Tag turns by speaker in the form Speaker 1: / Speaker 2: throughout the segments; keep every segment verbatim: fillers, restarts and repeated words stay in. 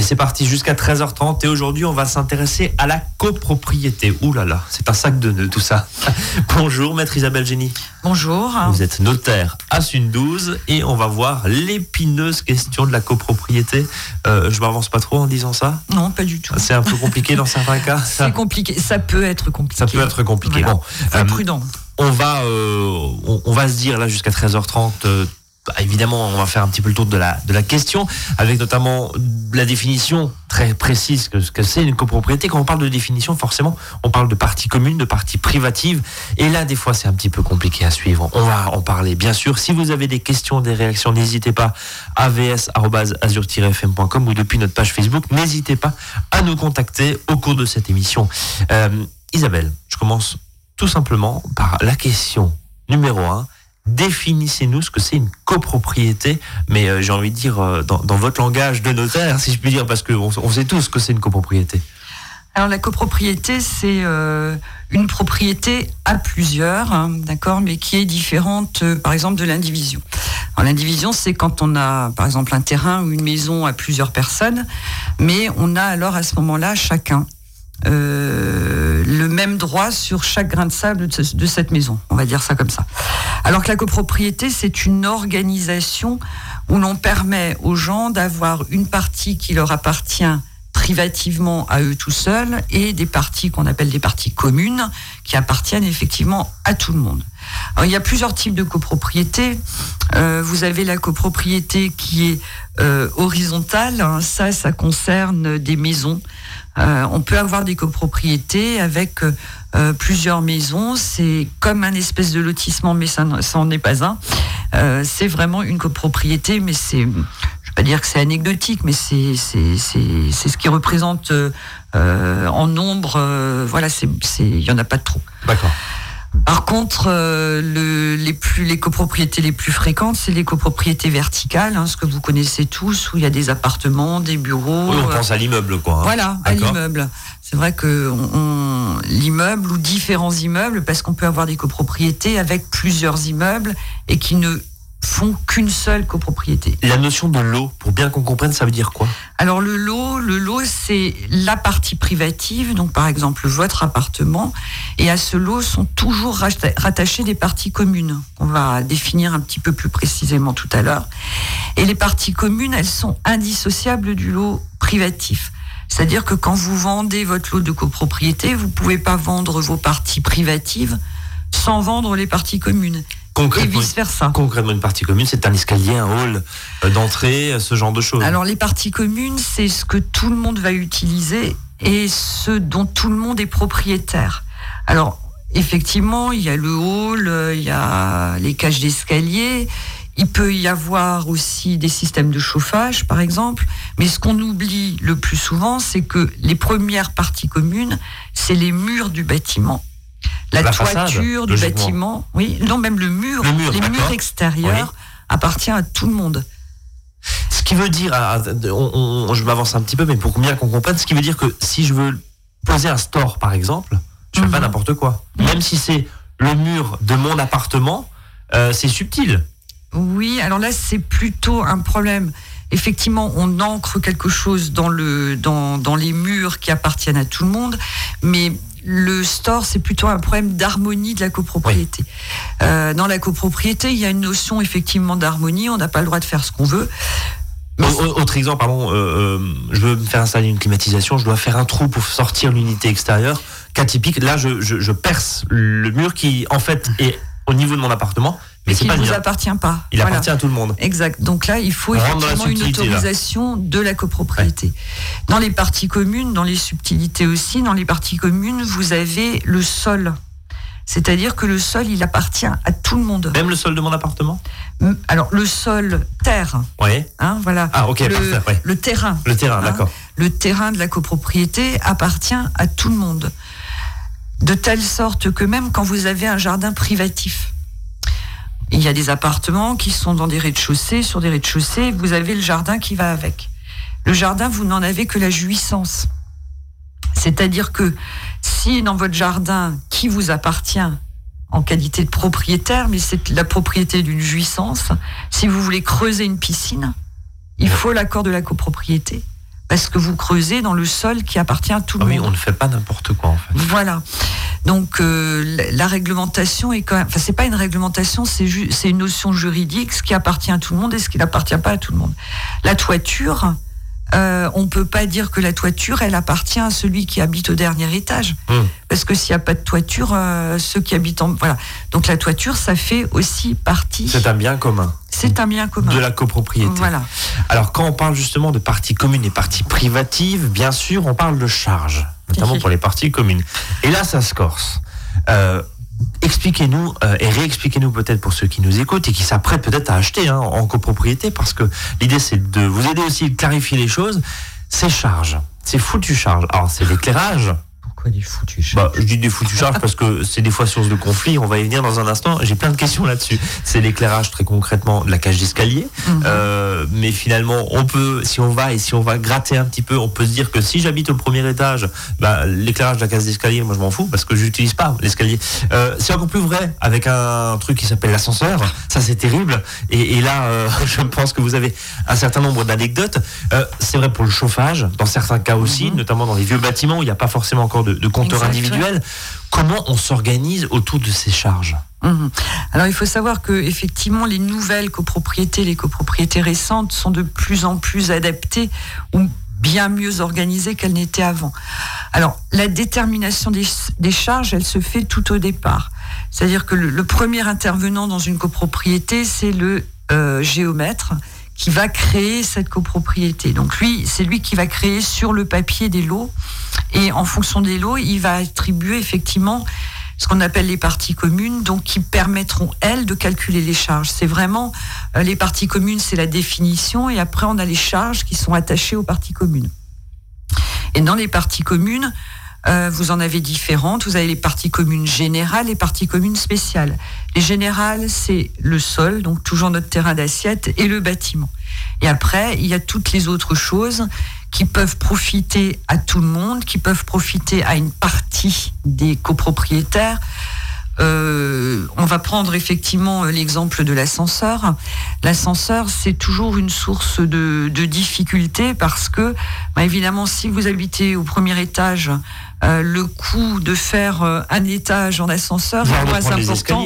Speaker 1: c'est parti jusqu'à treize heures trente et aujourd'hui on va s'intéresser à la copropriété. Ouh là là, c'est un sac de nœuds tout ça. Bonjour maître Isabelle Génie.
Speaker 2: Bonjour.
Speaker 1: Vous êtes notaire à Sundouze et on va voir l'épineuse question de la copropriété. Euh, je m'avance pas trop en disant ça ?
Speaker 2: Non, pas du tout.
Speaker 1: C'est un peu compliqué dans certains cas.
Speaker 2: C'est compliqué, ça peut être compliqué.
Speaker 1: Ça peut être compliqué.
Speaker 2: Voilà.
Speaker 1: Bon,
Speaker 2: faut être euh, prudent.
Speaker 1: On va, euh, on, on va se dire là jusqu'à treize heures trente. Euh, Bah, évidemment, on va faire un petit peu le tour de la, de la question, avec notamment la définition très précise que ce que c'est une copropriété. Quand on parle de définition, forcément, on parle de partie commune, de partie privative. Et là, des fois, c'est un petit peu compliqué à suivre. On va en parler, bien sûr. Si vous avez des questions, des réactions, n'hésitez pas à a v s arobase azur tiret f m point com ou depuis notre page Facebook. N'hésitez pas à nous contacter au cours de cette émission. Euh, Isabelle, je commence tout simplement par la question numéro un. Définissez-nous ce que c'est une copropriété, mais euh, j'ai envie de dire euh, dans, dans votre langage de notaire, si je puis dire, parce qu'on on sait tous ce que c'est une copropriété.
Speaker 2: Alors la copropriété, c'est euh, une propriété à plusieurs, hein, d'accord, mais qui est différente, euh, par exemple, de l'indivision. Alors l'indivision, c'est quand on a, par exemple, un terrain ou une maison à plusieurs personnes, mais on a alors à ce moment-là chacun Euh, le même droit sur chaque grain de sable de, de cette maison, on va dire ça comme ça. Alors que la copropriété, c'est une organisation où l'on permet aux gens d'avoir une partie qui leur appartient privativement à eux tout seuls et des parties qu'on appelle des parties communes qui appartiennent effectivement à tout le monde. Alors, il y a plusieurs types de copropriété. Euh, vous avez la copropriété qui est euh, horizontale. Ça, ça concerne des maisons. Euh, on peut avoir des copropriétés avec euh, plusieurs maisons. C'est comme un espèce de lotissement, mais ça, ça n'en est pas un. Euh, c'est vraiment une copropriété, mais c'est, je ne vais pas dire que c'est anecdotique, mais c'est, c'est, c'est, c'est ce qui représente euh, en nombre. Euh, voilà, c'est, c'est, il n'y en a pas de trop.
Speaker 1: D'accord.
Speaker 2: Par contre, euh, le, les, plus, les copropriétés les plus fréquentes, c'est les copropriétés verticales, hein, ce que vous connaissez tous, où il y a des appartements, des bureaux.
Speaker 1: Oui, on pense à l'immeuble, quoi. Hein.
Speaker 2: Voilà, à D'accord. l'immeuble. C'est vrai que on, on, l'immeuble ou différents immeubles, parce qu'on peut avoir des copropriétés avec plusieurs immeubles et qui ne font qu'une seule copropriété.
Speaker 1: La notion de lot, pour bien qu'on comprenne, ça veut dire quoi ?
Speaker 2: Alors le lot, le lot, c'est la partie privative, donc par exemple votre appartement, et à ce lot sont toujours rattachées des parties communes. On va définir un petit peu plus précisément tout à l'heure. Et les parties communes, elles sont indissociables du lot privatif. C'est-à-dire que quand vous vendez votre lot de copropriété, vous ne pouvez pas vendre vos parties privatives sans vendre les parties communes. Et vice-versa.
Speaker 1: Concrètement, une partie commune, c'est un escalier, un hall d'entrée, ce genre de choses.
Speaker 2: Alors, les parties communes, c'est ce que tout le monde va utiliser et ce dont tout le monde est propriétaire. Alors, effectivement, il y a le hall, il y a les cages d'escalier, il peut y avoir aussi des systèmes de chauffage, par exemple. Mais ce qu'on oublie le plus souvent, c'est que les premières parties communes, c'est les murs du bâtiment. La, la toiture façade, du bâtiment, oui, non, même le mur,
Speaker 1: le mur
Speaker 2: les
Speaker 1: d'accord.
Speaker 2: murs extérieurs oui. appartient à tout le monde.
Speaker 1: Ce qui veut dire, on, on, je m'avance un petit peu, mais pour bien qu'on comprenne, ce qui veut dire que si je veux poser un store, par exemple, je ne fais mm-hmm. pas n'importe quoi. Mm-hmm. Même si c'est le mur de mon appartement, euh, c'est subtil.
Speaker 2: Oui, alors là, c'est plutôt un problème. Effectivement, on ancre quelque chose dans, le, dans, dans les murs qui appartiennent à tout le monde, mais le store, c'est plutôt un problème d'harmonie de la copropriété. Oui. Euh, dans la copropriété, il y a une notion effectivement d'harmonie, on n'a pas le droit de faire ce qu'on veut.
Speaker 1: Mais... Autre exemple, pardon, euh, je veux me faire installer une climatisation, je dois faire un trou pour sortir l'unité extérieure. Cas typique, là je, je, je perce le mur qui en fait est au niveau de mon appartement.
Speaker 2: Mais qui ne vous appartient pas.
Speaker 1: Il voilà. appartient à tout le monde.
Speaker 2: Exact. Donc là, il faut effectivement une autorisation là. de la copropriété. Ouais. Dans les parties communes, dans les subtilités aussi, dans les parties communes, vous avez le sol. C'est-à-dire que le sol, il appartient à tout le monde.
Speaker 1: Même le sol de mon appartement ?
Speaker 2: Alors, le sol, terre.
Speaker 1: Oui.
Speaker 2: Hein, voilà.
Speaker 1: Ah, ok,
Speaker 2: le,
Speaker 1: parfait. Ouais.
Speaker 2: Le terrain.
Speaker 1: Le terrain, hein, d'accord.
Speaker 2: Le terrain de la copropriété appartient à tout le monde. De telle sorte que même quand vous avez un jardin privatif, il y a des appartements qui sont dans des rez-de-chaussée, sur des rez-de-chaussée, vous avez le jardin qui va avec. Le jardin, vous n'en avez que la jouissance. C'est-à-dire que si dans votre jardin, qui vous appartient en qualité de propriétaire, mais c'est la propriété d'une jouissance, si vous voulez creuser une piscine, il faut l'accord de la copropriété. parce que vous creusez dans le sol qui appartient à tout le
Speaker 1: ah
Speaker 2: monde.
Speaker 1: Oui, on ne fait pas n'importe quoi en fait.
Speaker 2: Voilà. Donc euh, la réglementation est quand même, enfin c'est pas une réglementation, c'est ju- c'est une notion juridique, ce qui appartient à tout le monde et ce qui n'appartient pas à tout le monde. La toiture, euh, on peut pas dire que la toiture, elle appartient à celui qui habite au dernier étage, mmh. parce que s'il y a pas de toiture, euh, ceux qui habitent en, voilà. Donc la toiture, ça fait aussi partie.
Speaker 1: C'est un bien commun.
Speaker 2: C'est un bien commun.
Speaker 1: De la copropriété.
Speaker 2: Voilà.
Speaker 1: Alors quand on parle justement de parties communes et parties privatives, bien sûr, on parle de charges, notamment pour les parties communes. Et là, ça se corse. Euh, expliquez-nous euh, et réexpliquez-nous peut-être pour ceux qui nous écoutent et qui s'apprêtent peut-être à acheter hein, en copropriété, parce que l'idée c'est de vous aider aussi à clarifier les choses. Ces charges, ces foutues charges. Alors c'est l'éclairage.
Speaker 2: Pourquoi des foutues charges ?
Speaker 1: Bah, je dis des foutues charges parce que c'est des fois source de conflit. On va y venir dans un instant. J'ai plein de questions là-dessus. C'est l'éclairage très concrètement de la cage d'escalier. Mm-hmm. Euh, mais finalement, on peut, si on va et si on va gratter un petit peu, on peut se dire que si j'habite au premier étage, bah, l'éclairage de la cage d'escalier, moi je m'en fous parce que je n'utilise pas l'escalier. Euh, c'est encore plus vrai avec un truc qui s'appelle l'ascenseur. Ça c'est terrible. Et, et là, euh, je pense que vous avez un certain nombre d'anecdotes. Euh, c'est vrai pour le chauffage, dans certains cas aussi, mm-hmm. notamment dans les vieux bâtiments où il n'y a pas forcément encore de de compteurs individuels. Comment on s'organise autour de ces charges ?
Speaker 2: Mmh. Alors il faut savoir que effectivement les nouvelles copropriétés, les copropriétés récentes sont de plus en plus adaptées ou bien mieux organisées qu'elles n'étaient avant. Alors la détermination des, des charges, elle se fait tout au départ. C'est-à-dire que le, le premier intervenant dans une copropriété, c'est le euh, géomètre qui va créer cette copropriété. Donc lui, c'est lui qui va créer sur le papier des lots, et en fonction des lots, il va attribuer effectivement ce qu'on appelle les parties communes, donc qui permettront, elles, de calculer les charges. C'est vraiment, euh, les parties communes, c'est la définition, et après on a les charges qui sont attachées aux parties communes. Et dans les parties communes, Euh, vous en avez différentes. Vous avez les parties communes générales et parties communes spéciales. Les générales, c'est le sol, donc toujours notre terrain d'assiette, et le bâtiment. Et après, il y a toutes les autres choses qui peuvent profiter à tout le monde, qui peuvent profiter à une partie des copropriétaires. Euh, on va prendre effectivement l'exemple de l'ascenseur. L'ascenseur, c'est toujours une source de, de difficulté parce que, bah évidemment, si vous habitez au premier étage, euh, le coût de faire euh, un étage en ascenseur est moins important.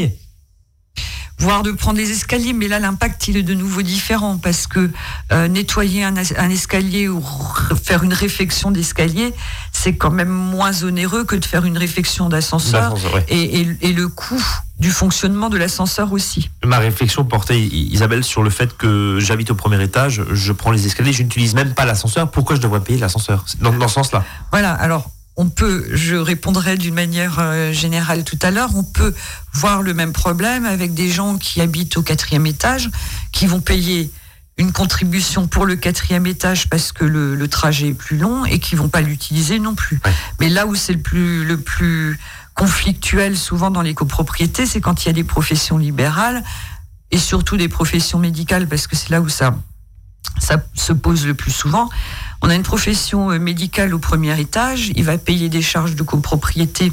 Speaker 2: Voire de prendre les escaliers, mais là l'impact il est de nouveau différent parce que euh, nettoyer un, un escalier ou faire une réfection d'escalier, c'est quand même moins onéreux que de faire une réfection d'ascenseur, ouais. et, et, et le coût du fonctionnement de l'ascenseur aussi.
Speaker 1: Ma réflexion portait, Isabelle, sur le fait que j'habite au premier étage, je prends les escaliers, je n'utilise même pas l'ascenseur. Pourquoi je devrais payer l'ascenseur dans, dans ce sens-là?
Speaker 2: Voilà, alors on peut, je répondrai d'une manière euh, générale tout à l'heure, on peut voir le même problème avec des gens qui habitent au quatrième étage, qui vont payer une contribution pour le quatrième étage parce que le, le trajet est plus long et qui vont pas l'utiliser non plus. Ouais. Mais là où c'est le plus, le plus conflictuel souvent dans les copropriétés, c'est quand il y a des professions libérales et surtout des professions médicales, parce que c'est là où ça, ça se pose le plus souvent. On a une profession médicale au premier étage, il va payer des charges de copropriété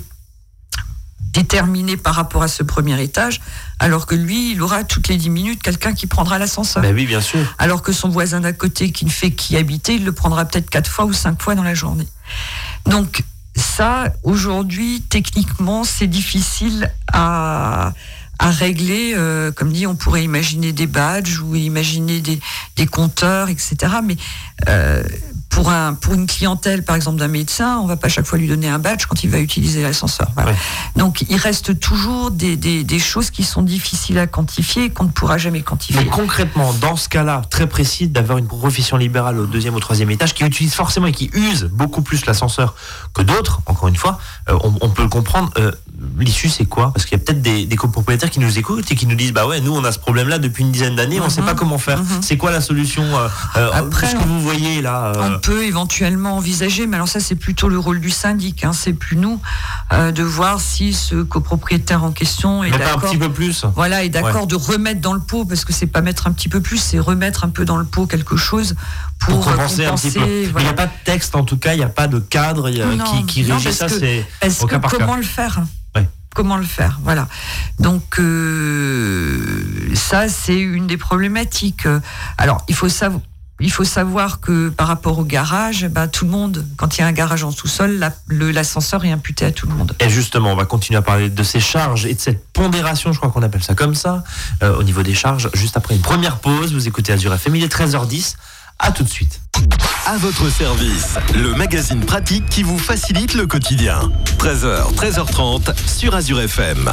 Speaker 2: déterminées par rapport à ce premier étage, alors que lui, il aura toutes les dix minutes quelqu'un qui prendra l'ascenseur.
Speaker 1: Ben oui, bien sûr.
Speaker 2: Alors que son voisin d'à côté qui ne fait qu'y habiter, il le prendra peut-être quatre fois ou cinq fois dans la journée. Donc ça, aujourd'hui, techniquement, c'est difficile à... à régler, euh, comme dit, on pourrait imaginer des badges ou imaginer des, des compteurs, et cetera. Mais euh, pour, un, pour une clientèle, par exemple, d'un médecin, on ne va pas chaque fois lui donner un badge quand il va utiliser l'ascenseur. Voilà. Ouais. Donc, il reste toujours des, des, des choses qui sont difficiles à quantifier et qu'on ne pourra jamais quantifier.
Speaker 1: Mais concrètement, dans ce cas-là, très précis, d'avoir une profession libérale au deuxième ou troisième étage qui utilise forcément et qui use beaucoup plus l'ascenseur que d'autres, encore une fois, euh, on, on peut le comprendre. Euh, l'issue, c'est quoi? Parce qu'il y a peut-être des, des copropriétaires qui nous écoutent et qui nous disent bah ouais, nous on a ce problème-là depuis une dizaine d'années, mmh, on ne sait pas comment faire. Mmh. C'est quoi la solution euh, euh, Après, ce que vous voyez là euh...
Speaker 2: On peut éventuellement envisager, mais alors ça c'est plutôt le rôle du syndic, hein, c'est plus nous euh, de voir si ce copropriétaire en question est
Speaker 1: mais
Speaker 2: d'accord.
Speaker 1: Pas un petit peu plus.
Speaker 2: Voilà, est d'accord ouais. de remettre dans le pot, parce que c'est pas mettre un petit peu plus, c'est remettre un peu dans le pot quelque chose pour,
Speaker 1: pour compenser, compenser un petit peu. Voilà. Mais il n'y a pas de texte en tout cas, il n'y a pas de cadre y a, non, qui, qui régit ça.
Speaker 2: Que,
Speaker 1: c'est
Speaker 2: parce
Speaker 1: au cas
Speaker 2: que
Speaker 1: par
Speaker 2: comment
Speaker 1: cas.
Speaker 2: le faire? Comment le faire, voilà. Donc euh, ça, c'est une des problématiques. Alors, il faut savoir, il faut savoir que par rapport au garage, bah, tout le monde, quand il y a un garage en sous-sol, la, le, l'ascenseur est imputé à tout le monde.
Speaker 1: Et justement, on va continuer à parler de ces charges et de cette pondération, je crois qu'on appelle ça comme ça, euh, au niveau des charges, juste après une première pause. Vous écoutez Azure F M, il est treize heures dix. À tout de suite.
Speaker 3: À votre service, le magazine pratique qui vous facilite le quotidien. treize heures, treize heures trente sur Azure F M.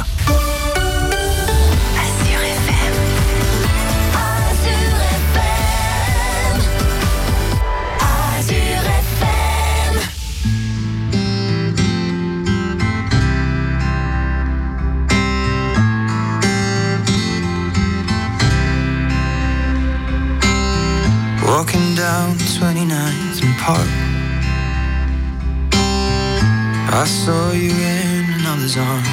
Speaker 4: Walking down twenty-ninth and Park, I saw you in another's arms.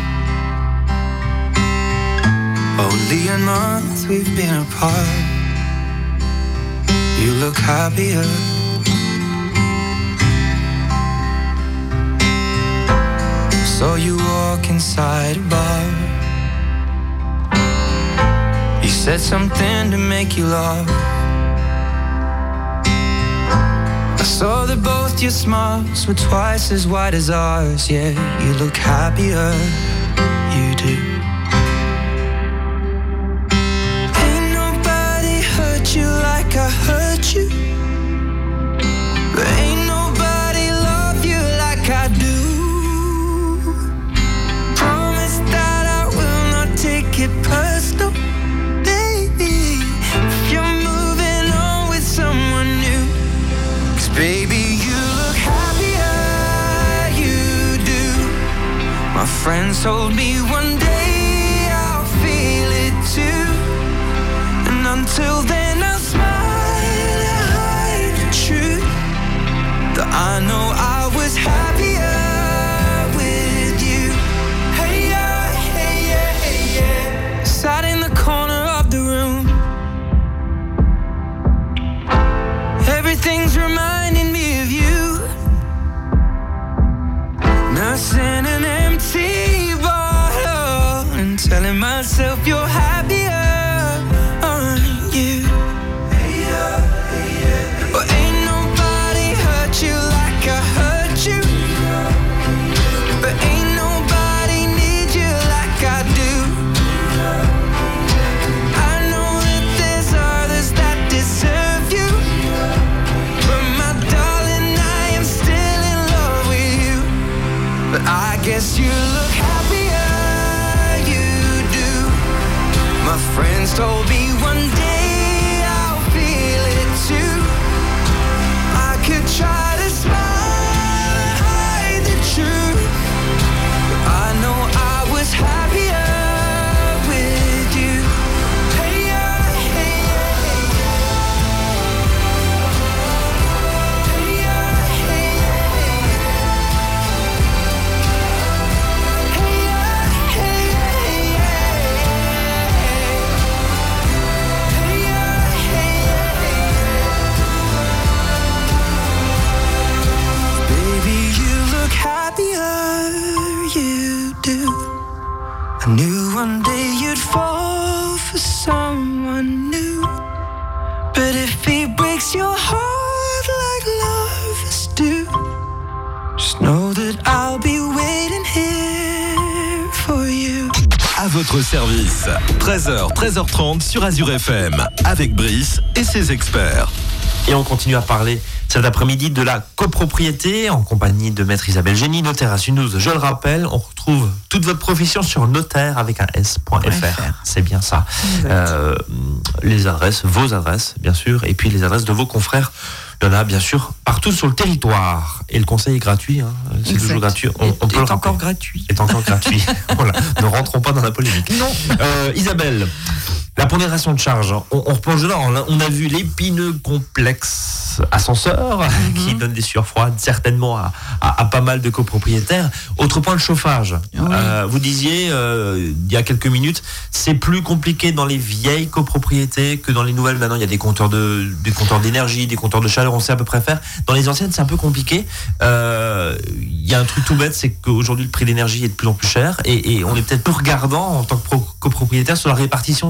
Speaker 4: Only a month we've been apart. You look happier. Saw you walk inside a bar. You said something to make you laugh. I saw that both your smiles were twice as wide as ours. Yeah, you look happier, you do. Ain't nobody hurt you like I hurt you, but ain't nobody love you like I do. Promise that I will not take it personal, baby, if you're moving on with someone new. Baby, you look happier, you do. My friends told me one day I'll feel it too. And until then I'll smile and hide the truth, that I know I was happier with you. Hey yeah, hey yeah, hey yeah. Sat in the corner of the room. Everything's reminding me of you. Nursing an empty bottle and telling myself you're happier, aren't you? Well, ain't nobody hurt you like I hurt you, but ain't nobody need you like I do. I know that there's others that deserve you, but I guess you look happier, you do. My friends told me one day I'll feel it too. I could try to smile and hide the truth, but I know I was happier with you. Hey yeah, hey yeah, hey yeah. Hey yeah, hey yeah, hey I knew one day you'd fall for someone new, but if he breaks your heart like lovers do, just know that I'll be waiting here for you.
Speaker 3: À votre service, treize heures, treize heures trente sur Azure F M, avec Brice et ses experts.
Speaker 1: Et on continue à parler cet après-midi de la copropriété en compagnie de Maître Isabelle Génie, notaire à Sunouze. Je le rappelle, on retrouve toute votre profession sur notaire avec un s.fr. C'est bien ça. Euh, les adresses, vos adresses, bien sûr, et puis les adresses de vos confrères. Il y en a bien sûr partout sur le territoire. Et le conseil est gratuit. Hein. C'est exact. Toujours gratuit. On, on peut
Speaker 2: est
Speaker 1: le
Speaker 2: encore gratuit.
Speaker 1: Est encore gratuit. Voilà. Ne rentrons pas dans la polémique.
Speaker 2: Non.
Speaker 1: Euh, Isabelle, la pondération de charge. On, on replonge dedans. On a vu l'épineux complexe ascenseur mm-hmm. qui donne des sueurs froides certainement à, à, à pas mal de copropriétaires. Autre point, le chauffage. Oui. Euh, vous disiez euh, il y a quelques minutes, c'est plus compliqué dans les vieilles copropriétés que dans les nouvelles. Maintenant, il y a des compteurs de, des compteurs d'énergie, des compteurs de chaleur. On sait à peu près faire. Dans les anciennes, c'est un peu compliqué. Euh, il y a un truc tout bête, c'est qu'aujourd'hui, le prix de l'énergie est de plus en plus cher et, et on est peut-être peu regardant en tant que pro- copropriétaire sur la répartition de ces charges-là.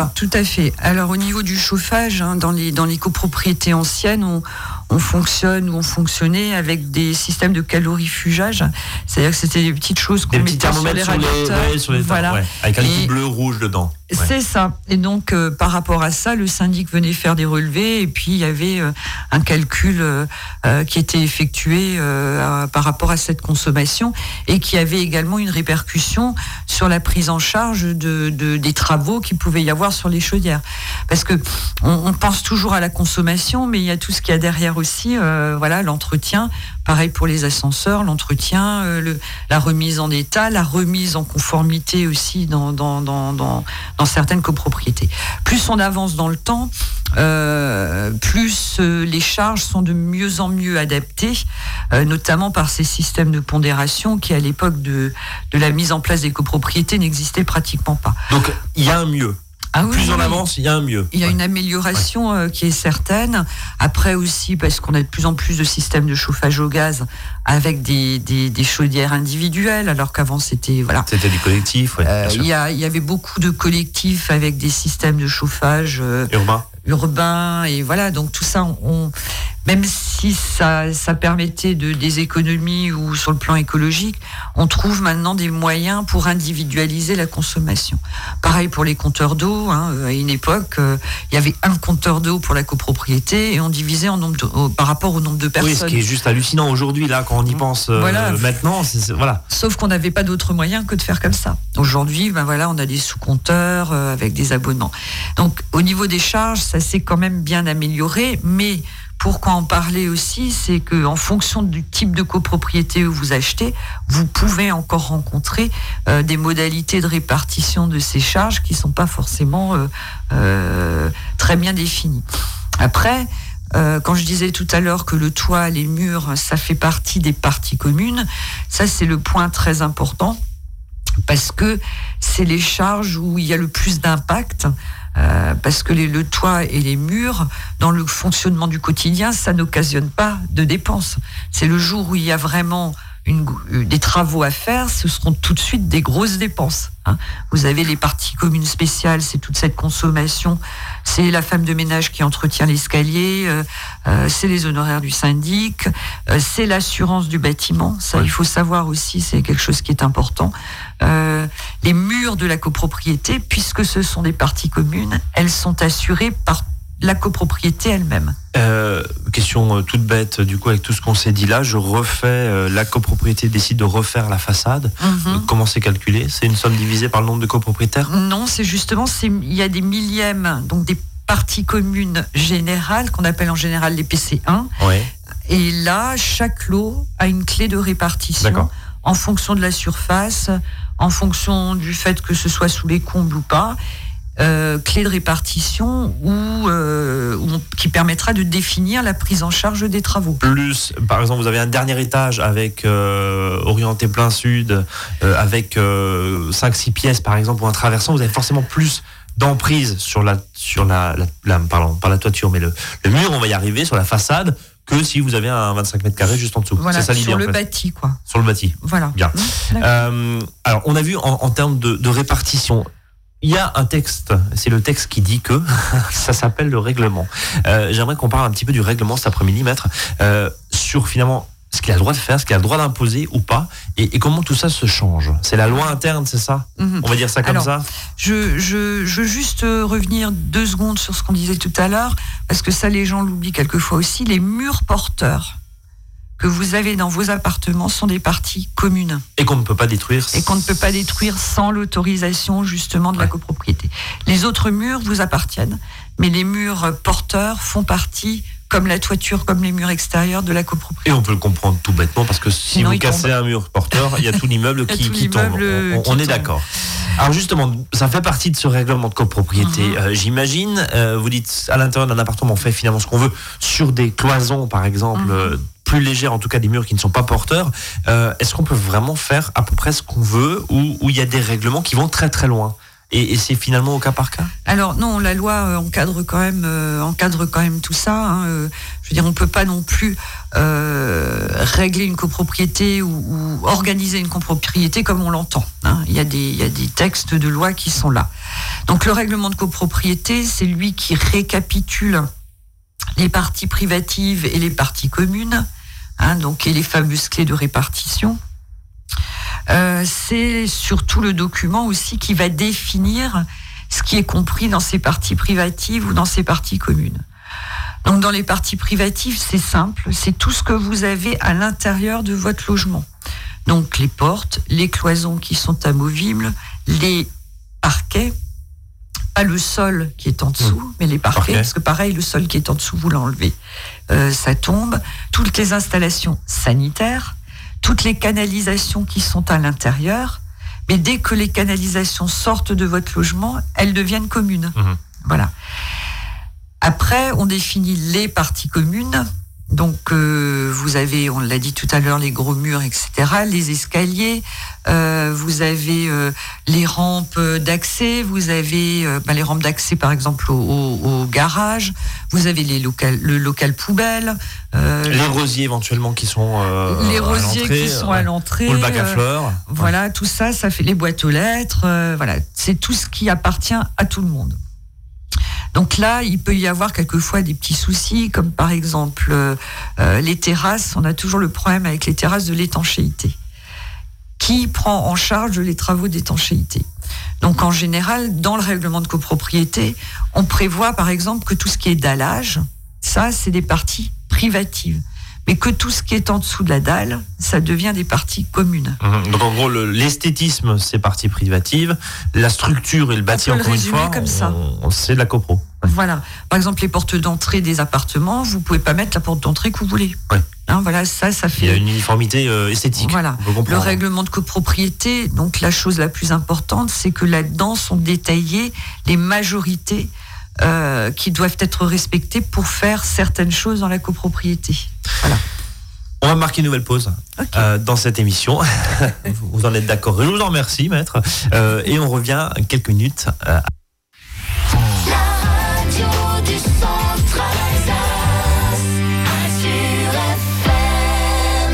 Speaker 1: là.
Speaker 2: Tout à fait. Alors au niveau du chauffage, hein, dans les dans les copropriétés anciennes, on, on fonctionne ou on fonctionnait avec des systèmes de calorifugage. C'est-à-dire que c'était des petites choses qu'on
Speaker 1: Des petits
Speaker 2: mettait sur les
Speaker 1: thermomètres sur les,
Speaker 2: radiateurs.
Speaker 1: ouais, sur les
Speaker 2: Voilà.
Speaker 1: ouais, avec un
Speaker 2: Et-
Speaker 1: liquide bleu rouge dedans. Ouais.
Speaker 2: C'est ça. Et donc, euh, par rapport à ça, le syndic venait faire des relevés et puis il y avait euh, un calcul euh, euh, qui était effectué euh, à- par rapport à cette consommation et qui avait également une répercussion sur la prise en charge de, de- des travaux qu'il pouvait y avoir sur les chaudières. Parce que on, on pense toujours à la consommation, mais il y a tout ce qu'il y a derrière aussi. euh, voilà, l'entretien. Pareil pour les ascenseurs, l'entretien, euh, le, la remise en état, la remise en conformité aussi dans, dans, dans, dans, dans certaines copropriétés. Plus on avance dans le temps, euh, plus euh, les charges sont de mieux en mieux adaptées, euh, notamment par ces systèmes de pondération qui, à l'époque de, de la mise en place des copropriétés, n'existaient pratiquement pas.
Speaker 1: Donc il y a un mieux.
Speaker 2: Ah oui,
Speaker 1: Plus
Speaker 2: oui,
Speaker 1: on
Speaker 2: oui.
Speaker 1: avance, il y a un mieux.
Speaker 2: Il y a
Speaker 1: Ouais.
Speaker 2: une amélioration euh, qui est certaine. Après aussi, parce qu'on a de plus en plus de systèmes de chauffage au gaz avec des, des, des chaudières individuelles, alors qu'avant c'était voilà.
Speaker 1: C'était du collectif, ouais,
Speaker 2: Euh,
Speaker 1: bien sûr.
Speaker 2: il y, a, il y avait beaucoup de collectifs avec des systèmes de chauffage euh,
Speaker 1: Urbain.
Speaker 2: urbain et voilà. Donc tout ça, on, même si ça, ça permettait de des économies ou sur le plan écologique, on trouve maintenant des moyens pour individualiser la consommation. Pareil pour les compteurs d'eau. Hein, à une époque, euh, il y avait un compteur d'eau pour la copropriété et on divisait en nombre de, au- par rapport au nombre de personnes.
Speaker 1: Oui, ce qui est juste hallucinant aujourd'hui, là, quand on y pense euh,
Speaker 2: Voilà.
Speaker 1: maintenant, c'est, c'est- voilà.
Speaker 2: Sauf qu'on n'avait pas d'autre moyen que de faire comme ça. Aujourd'hui, ben voilà, on a des sous-compteurs euh, avec des abonnements. Donc, au niveau des charges, ça s'est quand même bien amélioré. Mais pourquoi en parler aussi, c'est que en fonction du type de copropriété où vous achetez, vous pouvez encore rencontrer euh, des modalités de répartition de ces charges qui sont pas forcément euh, euh, très bien définies. Après. Euh, quand je disais tout à l'heure que le toit, les murs, ça fait partie des parties communes, ça c'est le point très important parce que c'est les charges où il y a le plus d'impact. Euh, parce que les, le toit et les murs, dans le fonctionnement du quotidien, ça n'occasionne pas de dépenses. C'est le jour où il y a vraiment une, des travaux à faire, ce seront tout de suite des grosses dépenses. Hein. Vous avez les parties communes spéciales, c'est toute cette consommation, c'est la femme de ménage qui entretient l'escalier, euh, euh, c'est les honoraires du syndic, euh, c'est l'assurance du bâtiment. Ça,
Speaker 1: Ouais.
Speaker 2: il faut savoir aussi, c'est quelque chose qui est important. Euh, les murs de la copropriété, puisque ce sont des parties communes, elles sont assurées par la copropriété elle-même.
Speaker 1: Euh, question euh, toute bête, du coup, avec tout ce qu'on s'est dit là, je refais, euh, la copropriété décide de refaire la façade.
Speaker 2: Mm-hmm.
Speaker 1: Euh, comment c'est calculé? C'est une somme divisée par le nombre de copropriétaires?
Speaker 2: Non, c'est justement, c'est, il y a des millièmes, donc des parties communes générales, qu'on appelle en général les P C un.
Speaker 1: Oui.
Speaker 2: Et là, chaque lot a une clé de répartition
Speaker 1: D'accord.
Speaker 2: en fonction de la surface, en fonction du fait que ce soit sous les combles ou pas. Euh, clé de répartition ou, euh, où on- qui permettra de définir la prise en charge des travaux.
Speaker 1: Plus, par exemple, vous avez un dernier étage avec euh, orienté plein sud, euh, avec euh, cinq six pièces, par exemple, ou un traversant, vous avez forcément plus d'emprise sur la, sur la, la, la- pardon, pas la toiture, mais le, le mur, on va y arriver, sur la façade, que si vous avez un vingt-cinq mètres carrés juste en dessous.
Speaker 2: Voilà,
Speaker 1: c'est ça l'idée,
Speaker 2: sur
Speaker 1: en
Speaker 2: le
Speaker 1: fait.
Speaker 2: bâti, quoi.
Speaker 1: Sur le bâti.
Speaker 2: Voilà.
Speaker 1: Bien.
Speaker 2: Mmh, d'accord.
Speaker 1: Euh, alors, on a vu en, en termes de, de répartition, il y a un texte, c'est le texte qui dit que ça s'appelle le règlement. Euh, j'aimerais qu'on parle un petit peu du règlement cet après-midi, maître, euh, sur finalement ce qu'il a le droit de faire, ce qu'il a le droit d'imposer ou pas, et, et comment tout ça se change. C'est la loi interne, c'est ça?
Speaker 2: Mhm.
Speaker 1: On va dire ça comme
Speaker 2: Alors,
Speaker 1: ça?
Speaker 2: Je, je, je veux juste euh, revenir deux secondes sur ce qu'on disait tout à l'heure, parce que ça, les gens l'oublient quelquefois aussi. Les murs porteurs que vous avez dans vos appartements sont des parties communes
Speaker 1: Et qu'on ne peut pas détruire.
Speaker 2: et qu'on ne peut pas détruire sans l'autorisation justement de la
Speaker 1: Ouais.
Speaker 2: copropriété. Les autres murs vous appartiennent, mais les murs porteurs font partie, comme la toiture, comme les murs extérieurs, de la copropriété.
Speaker 1: Et on peut le comprendre tout bêtement, parce que si
Speaker 2: Sinon,
Speaker 1: vous
Speaker 2: il
Speaker 1: cassez
Speaker 2: tombe.
Speaker 1: un mur porteur, il y a tout l'immeuble
Speaker 2: Il y a
Speaker 1: qui,
Speaker 2: tout
Speaker 1: qui tombe.
Speaker 2: l'immeuble
Speaker 1: On, on-
Speaker 2: qui
Speaker 1: on est
Speaker 2: tombe.
Speaker 1: d'accord. Alors justement, ça fait partie de ce règlement de copropriété,
Speaker 2: Mhm.
Speaker 1: euh, j'imagine. Euh, vous dites, à l'intérieur d'un appartement, on fait finalement ce qu'on veut. Sur des cloisons, par exemple,
Speaker 2: Mhm.
Speaker 1: euh, plus légères, en tout cas des murs qui ne sont pas porteurs, euh, est-ce qu'on peut vraiment faire à peu près ce qu'on veut, ou ou il y a des règlements qui vont très très loin? Et, et c'est finalement au cas par cas?
Speaker 2: Alors non, la loi euh, encadre quand même, euh, encadre quand même tout ça. Hein, euh, je veux dire, on peut pas non plus euh, régler une copropriété ou, ou organiser une copropriété comme on l'entend. Hein. Il y a des, il y a des textes de loi qui sont là. Donc le règlement de copropriété, c'est lui qui récapitule les parties privatives et les parties communes, hein, donc, et les fameuses clés de répartition. Euh, c'est surtout le document aussi qui va définir ce qui est compris dans ces parties privatives ou dans ces parties communes. Donc dans les parties privatives, c'est simple, c'est tout ce que vous avez à l'intérieur de votre logement. Donc les portes, les cloisons qui sont amovibles, les parquets, pas le sol qui est en dessous, mmh. mais les parquets, Parquet. Parce que pareil, le sol qui est en dessous, vous l'enlevez, euh, ça tombe. Toutes les installations sanitaires, toutes les canalisations qui sont à l'intérieur, mais dès que les canalisations sortent de votre logement, elles deviennent communes. Mmh. Voilà. Après, on définit les parties communes. Donc, euh, vous avez, on l'a dit tout à l'heure, les gros murs, et cetera, les escaliers, euh, vous avez euh, les rampes d'accès, vous avez euh, ben, les rampes d'accès, par exemple, au, au, au garage, vous avez les local, le local poubelle. Euh,
Speaker 1: les rosiers, éventuellement, qui sont euh,
Speaker 2: Les rosiers qui sont à l'entrée.
Speaker 1: Ou le bac à fleurs.
Speaker 2: Euh, voilà, tout ça, ça fait les boîtes aux lettres. Euh, voilà, c'est tout ce qui appartient à tout le monde. Donc là, il peut y avoir quelquefois des petits soucis, comme par exemple euh, les terrasses. On a toujours le problème avec les terrasses de l'étanchéité. Qui prend en charge les travaux d'étanchéité ? Donc en général, dans le règlement de copropriété, on prévoit par exemple que tout ce qui est dallage, ça c'est des parties privatives. Mais que tout ce qui est en dessous de la dalle, ça devient des parties communes.
Speaker 1: Mmh. Donc en gros, le, l'esthétisme, c'est partie privative. La structure et le bâti, encore une fois,
Speaker 2: comme ça.
Speaker 1: On, c'est de la copro.
Speaker 2: Voilà. Par exemple, les portes d'entrée des appartements, vous pouvez pas mettre la porte d'entrée que vous voulez.
Speaker 1: Oui.
Speaker 2: Hein, voilà, ça, ça fait.
Speaker 1: Il y a une uniformité euh, esthétique.
Speaker 2: Voilà. Le règlement de copropriété, donc la chose la plus importante, c'est que là-dedans sont détaillées les majorités Euh, qui doivent être respectés pour faire certaines choses dans la copropriété. Voilà.
Speaker 1: On va marquer une nouvelle pause okay. euh, dans cette émission. Vous en êtes d'accord. Je vous en remercie, maître. Euh, et on revient quelques minutes. Euh...
Speaker 5: La radio du centre Alsace, Azur F M.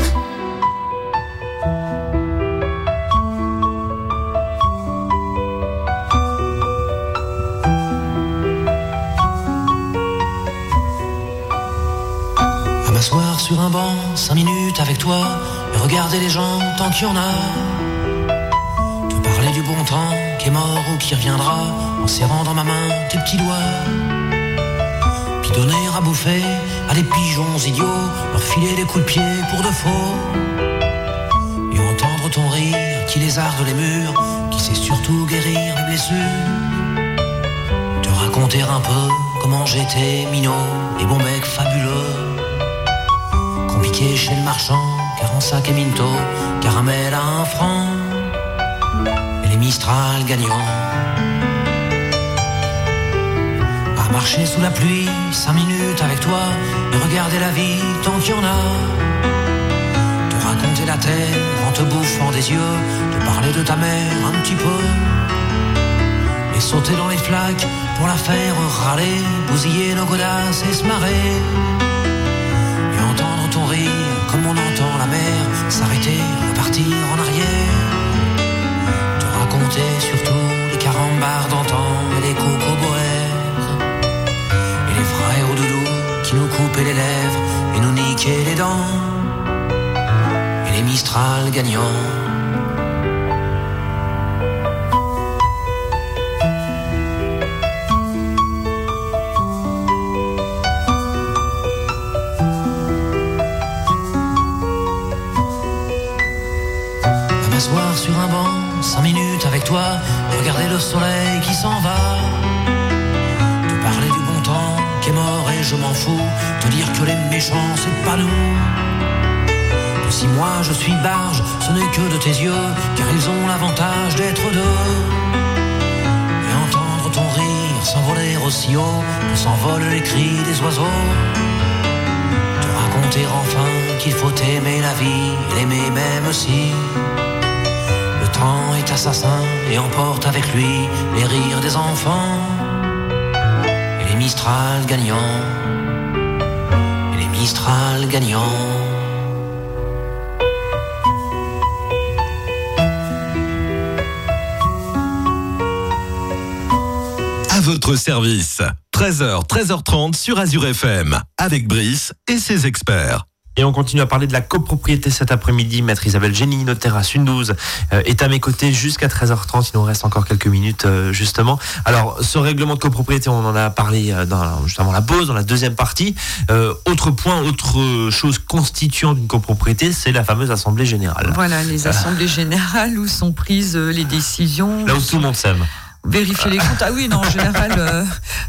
Speaker 6: M'asseoir sur un banc, cinq minutes avec toi, et regarder les gens tant qu'il y en a. Te parler du bon temps qui est mort ou qui reviendra, en serrant dans ma main tes petits doigts. Puis donner à bouffer à des pigeons idiots, leur filer des coups de pied pour de faux. Et entendre ton rire qui lézarde les murs, qui sait surtout guérir les blessures. Te raconter un peu comment j'étais minot et bon mec fabuleux. Compliqué chez le marchand, car en sac et minto, caramel à un franc, et les Mistral gagnants. À marcher sous la pluie, cinq minutes avec toi, et regarder la vie tant qu'il y en a. Te raconter la terre en te bouffant des yeux, te parler de ta mère un petit peu, et sauter dans les flaques pour la faire râler, bousiller nos godasses et se marrer. Et entendre ton rire comme on entend la mer s'arrêter, repartir en arrière. Te raconter surtout les carambars d'antan et les cocoboères, et les frères au doudou qui nous coupaient les lèvres et nous niquaient les dents, et les Mistral gagnants. Sur un banc, cinq minutes avec toi, regarder le soleil qui s'en va. Te parler du bon temps qui est mort et je m'en fous. Te dire que les méchants c'est pas nous. Que si moi je suis barge, ce n'est que de tes yeux, car ils ont l'avantage d'être deux. Et entendre ton rire s'envoler aussi haut que s'envolent les cris des oiseaux. Te raconter enfin qu'il faut aimer la vie, l'aimer même si le temps est assassin et emporte avec lui les rires des enfants, et les Mistral gagnants, et les Mistral gagnants.
Speaker 3: votre service. treize heures, treize heures trente sur Azure F M, avec Brice et ses experts.
Speaker 1: Et on continue à parler de la copropriété cet après-midi. Maître Isabelle Génie, notaire à Sundouze, euh, est à mes côtés jusqu'à treize heures trente. Il nous reste encore quelques minutes, euh, justement. Alors, ce règlement de copropriété, on en a parlé euh, dans, justement, la pause, dans la deuxième partie. Euh, autre point, autre chose constituant d'une copropriété, c'est la fameuse assemblée générale.
Speaker 2: Voilà, les assemblées générales où sont prises euh, les décisions.
Speaker 1: Là où tout le monde s'aime.
Speaker 2: Vérifier les comptes. Ah oui, non, en général, euh,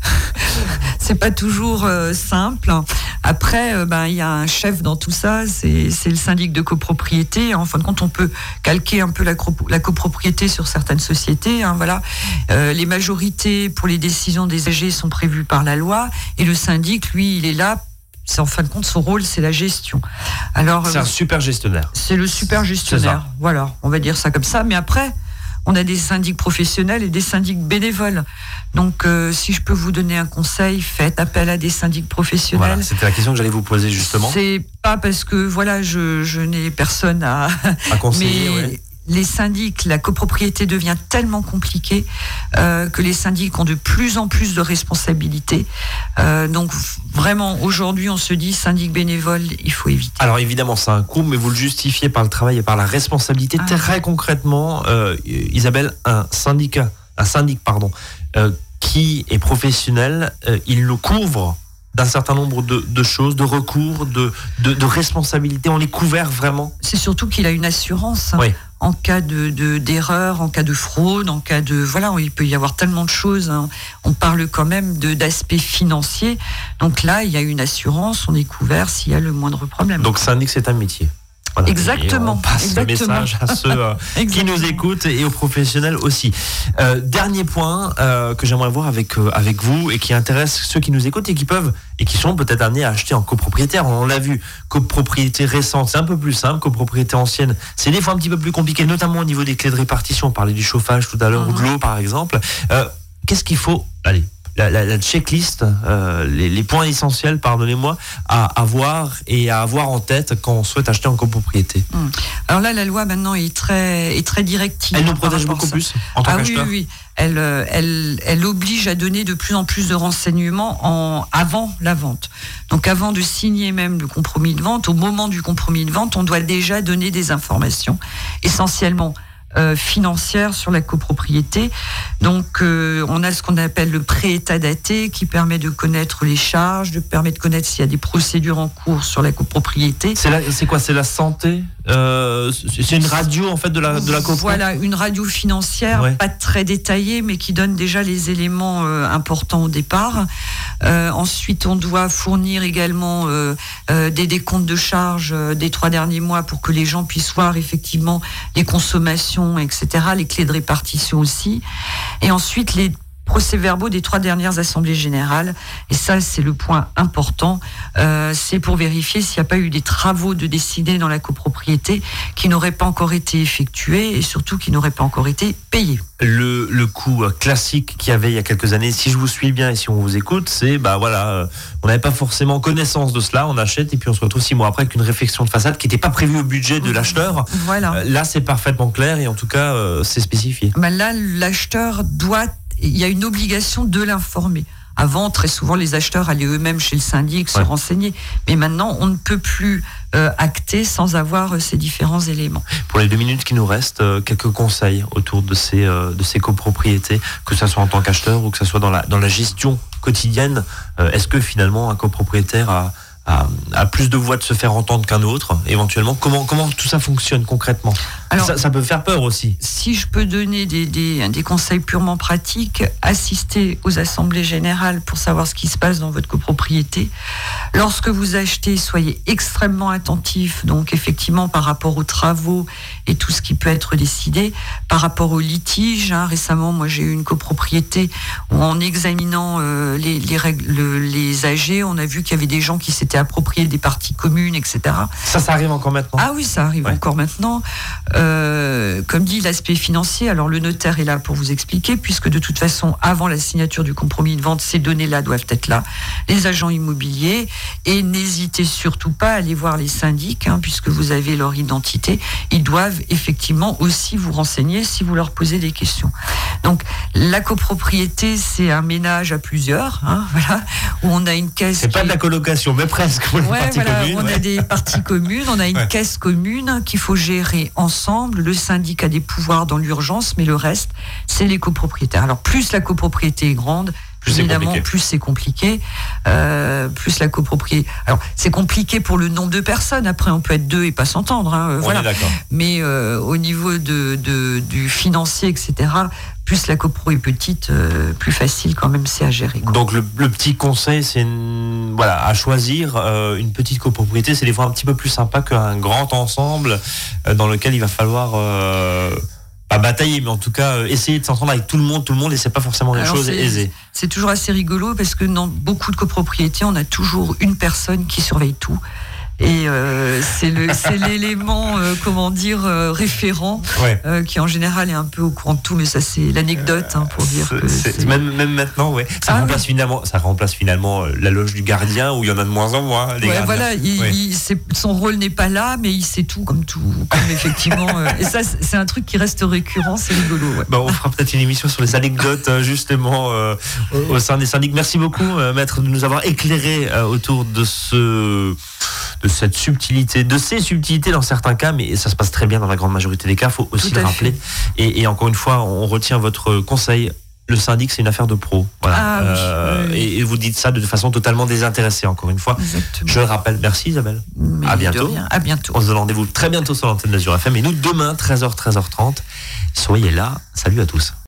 Speaker 2: c'est pas toujours euh, simple. Après, euh, ben, il y a un chef dans tout ça, c'est, c'est le syndic de copropriété. En fin de compte, on peut calquer un peu la, la copropriété sur certaines sociétés. Hein, voilà. Euh, les majorités pour les décisions des A G sont prévues par la loi. Et le syndic, lui, il est là. C'est en fin de compte, son rôle, c'est la gestion. Alors,
Speaker 1: c'est
Speaker 2: euh,
Speaker 1: un super gestionnaire.
Speaker 2: C'est le super gestionnaire. Voilà, on va dire ça comme ça. Mais après, on a des syndics professionnels et des syndics bénévoles. Donc, euh, si je peux vous donner un conseil, faites appel à des syndics professionnels.
Speaker 1: Voilà, c'était la question que j'allais vous poser justement.
Speaker 2: C'est pas parce que voilà, je, je n'ai personne à,
Speaker 1: à conseiller.
Speaker 2: Mais
Speaker 1: ouais.
Speaker 2: Les syndics, la copropriété devient tellement compliquée euh, que les syndics ont de plus en plus de responsabilités. Euh, donc vraiment, aujourd'hui, on se dit syndic bénévole, il faut éviter.
Speaker 1: Alors évidemment, c'est un coût, mais vous le justifiez par le travail et par la responsabilité. Ah. Très concrètement, euh, Isabelle, un syndicat, un syndic, pardon, euh, qui est professionnel, euh, il le couvre d'un certain nombre de, de choses, de recours, de, de, de responsabilités. On est couvert vraiment.
Speaker 2: C'est surtout qu'il a une assurance.
Speaker 1: Oui.
Speaker 2: En cas de, de, d'erreur, en cas de fraude, en cas de... Voilà, il peut y avoir tellement de choses. Hein. On parle quand même de, d'aspect financier. Donc là, il y a une assurance, on est couvert s'il y a le moindre problème.
Speaker 1: Donc syndic, c'est un métier. Voilà.
Speaker 2: Exactement.
Speaker 1: Et on passe
Speaker 2: Exactement.
Speaker 1: le message à ceux euh, qui nous écoutent et aux professionnels aussi. Euh, dernier point euh, que j'aimerais voir avec euh, avec vous et qui intéresse ceux qui nous écoutent et qui peuvent et qui sont peut-être amenés à acheter en copropriétaire. On l'a vu, copropriété récente, c'est un peu plus simple. Copropriété ancienne, c'est des fois un petit peu plus compliqué, notamment au niveau des clés de répartition. On parlait du chauffage tout à l'heure, mmh. ou de l'eau par exemple. Euh, qu'est-ce qu'il faut ? Allez. La, la, la checklist, euh, les, les points essentiels, pardonnez-moi, à avoir et à avoir en tête quand on souhaite acheter en copropriété.
Speaker 2: Hum. Alors là, la loi maintenant est très, est très directive.
Speaker 1: Elle nous protège beaucoup plus en tant
Speaker 2: ah,
Speaker 1: qu'acheteur.
Speaker 2: Oui, oui, oui. Elle, elle, elle oblige à donner de plus en plus de renseignements en, avant la vente. Donc avant de signer même le compromis de vente, au moment du compromis de vente, on doit déjà donner des informations, essentiellement Euh, financière sur la copropriété. Donc euh, on a ce qu'on appelle le pré-état daté qui permet de connaître les charges, de permet de connaître s'il y a des procédures en cours sur la copropriété.
Speaker 1: C'est, la, c'est quoi ? C'est la santé euh, C'est une radio en fait de la, de la copro ?
Speaker 2: Voilà, une radio financière, ouais. Pas très détaillée, mais qui donne déjà les éléments euh, importants au départ. Euh, ensuite, on doit fournir également euh, euh, des décomptes de charges euh, des trois derniers mois pour que les gens puissent voir effectivement les consommations, et cetera, les clés de répartition aussi. Et ensuite, les procès-verbaux des trois dernières assemblées générales. Et ça, c'est le point important. Euh, c'est pour vérifier s'il n'y a pas eu des travaux de décider dans la copropriété qui n'auraient pas encore été effectués et surtout qui n'auraient pas encore été payés.
Speaker 1: Le, le coût classique qu'il y avait il y a quelques années, si je vous suis bien et si on vous écoute, c'est bah voilà, euh, on n'avait pas forcément connaissance de cela, on achète et puis on se retrouve six mois après avec une réfection de façade qui n'était pas prévue au budget de l'acheteur.
Speaker 2: Voilà.
Speaker 1: Euh, là, c'est parfaitement clair et en tout cas, euh, c'est spécifié.
Speaker 2: Ben là, l'acheteur doit, il y a une obligation de l'informer. Avant, très souvent, les acheteurs allaient eux-mêmes chez le syndic se ouais. renseigner. Mais maintenant, on ne peut plus euh, acter sans avoir euh, ces différents éléments.
Speaker 1: Pour les deux minutes qui nous restent, euh, quelques conseils autour de ces, euh, de ces copropriétés, que ce soit en tant qu'acheteur ou que ce soit dans la, dans la gestion quotidienne. Euh, est-ce que finalement, un copropriétaire a, a, a plus de voix de se faire entendre qu'un autre, éventuellement ? Comment, comment tout ça fonctionne concrètement ? Alors, ça, ça peut faire peur aussi.
Speaker 2: Si je peux donner des, des, des conseils purement pratiques, assistez aux assemblées générales pour savoir ce qui se passe dans votre copropriété. Lorsque vous achetez, soyez extrêmement attentifs, donc effectivement par rapport aux travaux et tout ce qui peut être décidé, par rapport aux litiges. Hein, récemment, moi j'ai eu une copropriété où en examinant euh, les, les, règles, le, les A G, on a vu qu'il y avait des gens qui s'étaient s'étaient appropriés des parties communes, et cetera.
Speaker 1: Ça, ça arrive encore maintenant.
Speaker 2: Ah oui, ça arrive
Speaker 1: Ouais.
Speaker 2: encore maintenant. Euh, comme dit, l'aspect financier, alors le notaire est là pour vous expliquer, puisque de toute façon, avant la signature du compromis de vente, ces données-là doivent être là. Les agents immobiliers, et n'hésitez surtout pas à aller voir les syndics, hein, puisque vous avez leur identité. Ils doivent effectivement aussi vous renseigner si vous leur posez des questions. Donc, la copropriété, c'est un ménage à plusieurs, hein, voilà, où on a une caisse.
Speaker 1: C'est pas
Speaker 2: qui
Speaker 1: de la
Speaker 2: est-
Speaker 1: colocation, mais presque pour les
Speaker 2: Ouais,
Speaker 1: parties
Speaker 2: voilà,
Speaker 1: communes.
Speaker 2: on
Speaker 1: ouais.
Speaker 2: a des parties communes, on a une
Speaker 1: Ouais.
Speaker 2: caisse commune qu'il faut gérer ensemble. Le syndic a des pouvoirs dans l'urgence, mais le reste, c'est les copropriétaires. Alors, plus la copropriété est grande,
Speaker 1: Plus c'est
Speaker 2: évidemment,
Speaker 1: compliqué.
Speaker 2: plus c'est compliqué. Euh, plus la copropriété. Alors, c'est compliqué pour le nombre de personnes. Après, on peut être deux et pas s'entendre. Hein,
Speaker 1: On
Speaker 2: voilà.
Speaker 1: est d'accord.
Speaker 2: Mais euh, au niveau de, de, du financier, et cetera, plus la copro est petite, euh, plus facile quand même c'est à gérer, quoi.
Speaker 1: Donc le, le petit conseil, c'est une- voilà, à choisir euh, une petite copropriété, c'est des fois un petit peu plus sympa qu'un grand ensemble euh, dans lequel il va falloir euh, pas batailler, mais en tout cas euh, essayer de s'entendre avec tout le monde, tout le monde, et c'est pas forcément une
Speaker 2: Alors,
Speaker 1: chose
Speaker 2: c'est-
Speaker 1: aisée.
Speaker 2: C'est toujours assez rigolo parce que dans beaucoup de copropriétés, on a toujours une personne qui surveille tout. Et euh, c'est le, c'est l'élément, euh, comment dire, euh, référent,
Speaker 1: Ouais.
Speaker 2: euh, qui en général est un peu au courant de tout, mais ça c'est l'anecdote, hein, pour dire que
Speaker 1: C'est-
Speaker 2: c'est-
Speaker 1: même, même maintenant, ouais. Ça
Speaker 2: Ah
Speaker 1: remplace finalement, ça remplace finalement euh, la loge du gardien où il y en a de moins en moins. Les
Speaker 2: Ouais,
Speaker 1: gardiens.
Speaker 2: voilà, il,
Speaker 1: Ouais.
Speaker 2: il- c'est- son rôle n'est pas là, mais il sait tout, comme tout, comme effectivement. euh, et ça, c'est c'est un truc qui reste récurrent, c'est rigolo. Ouais.
Speaker 1: Bah, on fera peut-être une émission sur les anecdotes euh, justement euh, au sein des syndics. Merci beaucoup, euh, maître, de nous avoir éclairé euh, autour de ce, de cette subtilité, de ces subtilités dans certains cas, mais ça se passe très bien dans la grande majorité des cas. Faut aussi
Speaker 2: Tout
Speaker 1: le
Speaker 2: à
Speaker 1: rappeler. Et, et encore une fois, on retient votre conseil. Le syndic, c'est une affaire de pro. Voilà.
Speaker 2: Ah oui,
Speaker 1: Euh,
Speaker 2: oui, oui.
Speaker 1: Et, et vous dites ça de façon totalement désintéressée. Encore une fois,
Speaker 2: Exactement.
Speaker 1: je le rappelle. Merci Isabelle.
Speaker 2: Mais
Speaker 1: à
Speaker 2: de
Speaker 1: bientôt.
Speaker 2: rien. À bientôt.
Speaker 1: On se donne rendez-vous très bientôt sur l'antenne d'Azur F M. Et nous, demain, treize heures, treize heures trente, soyez là. Salut à tous.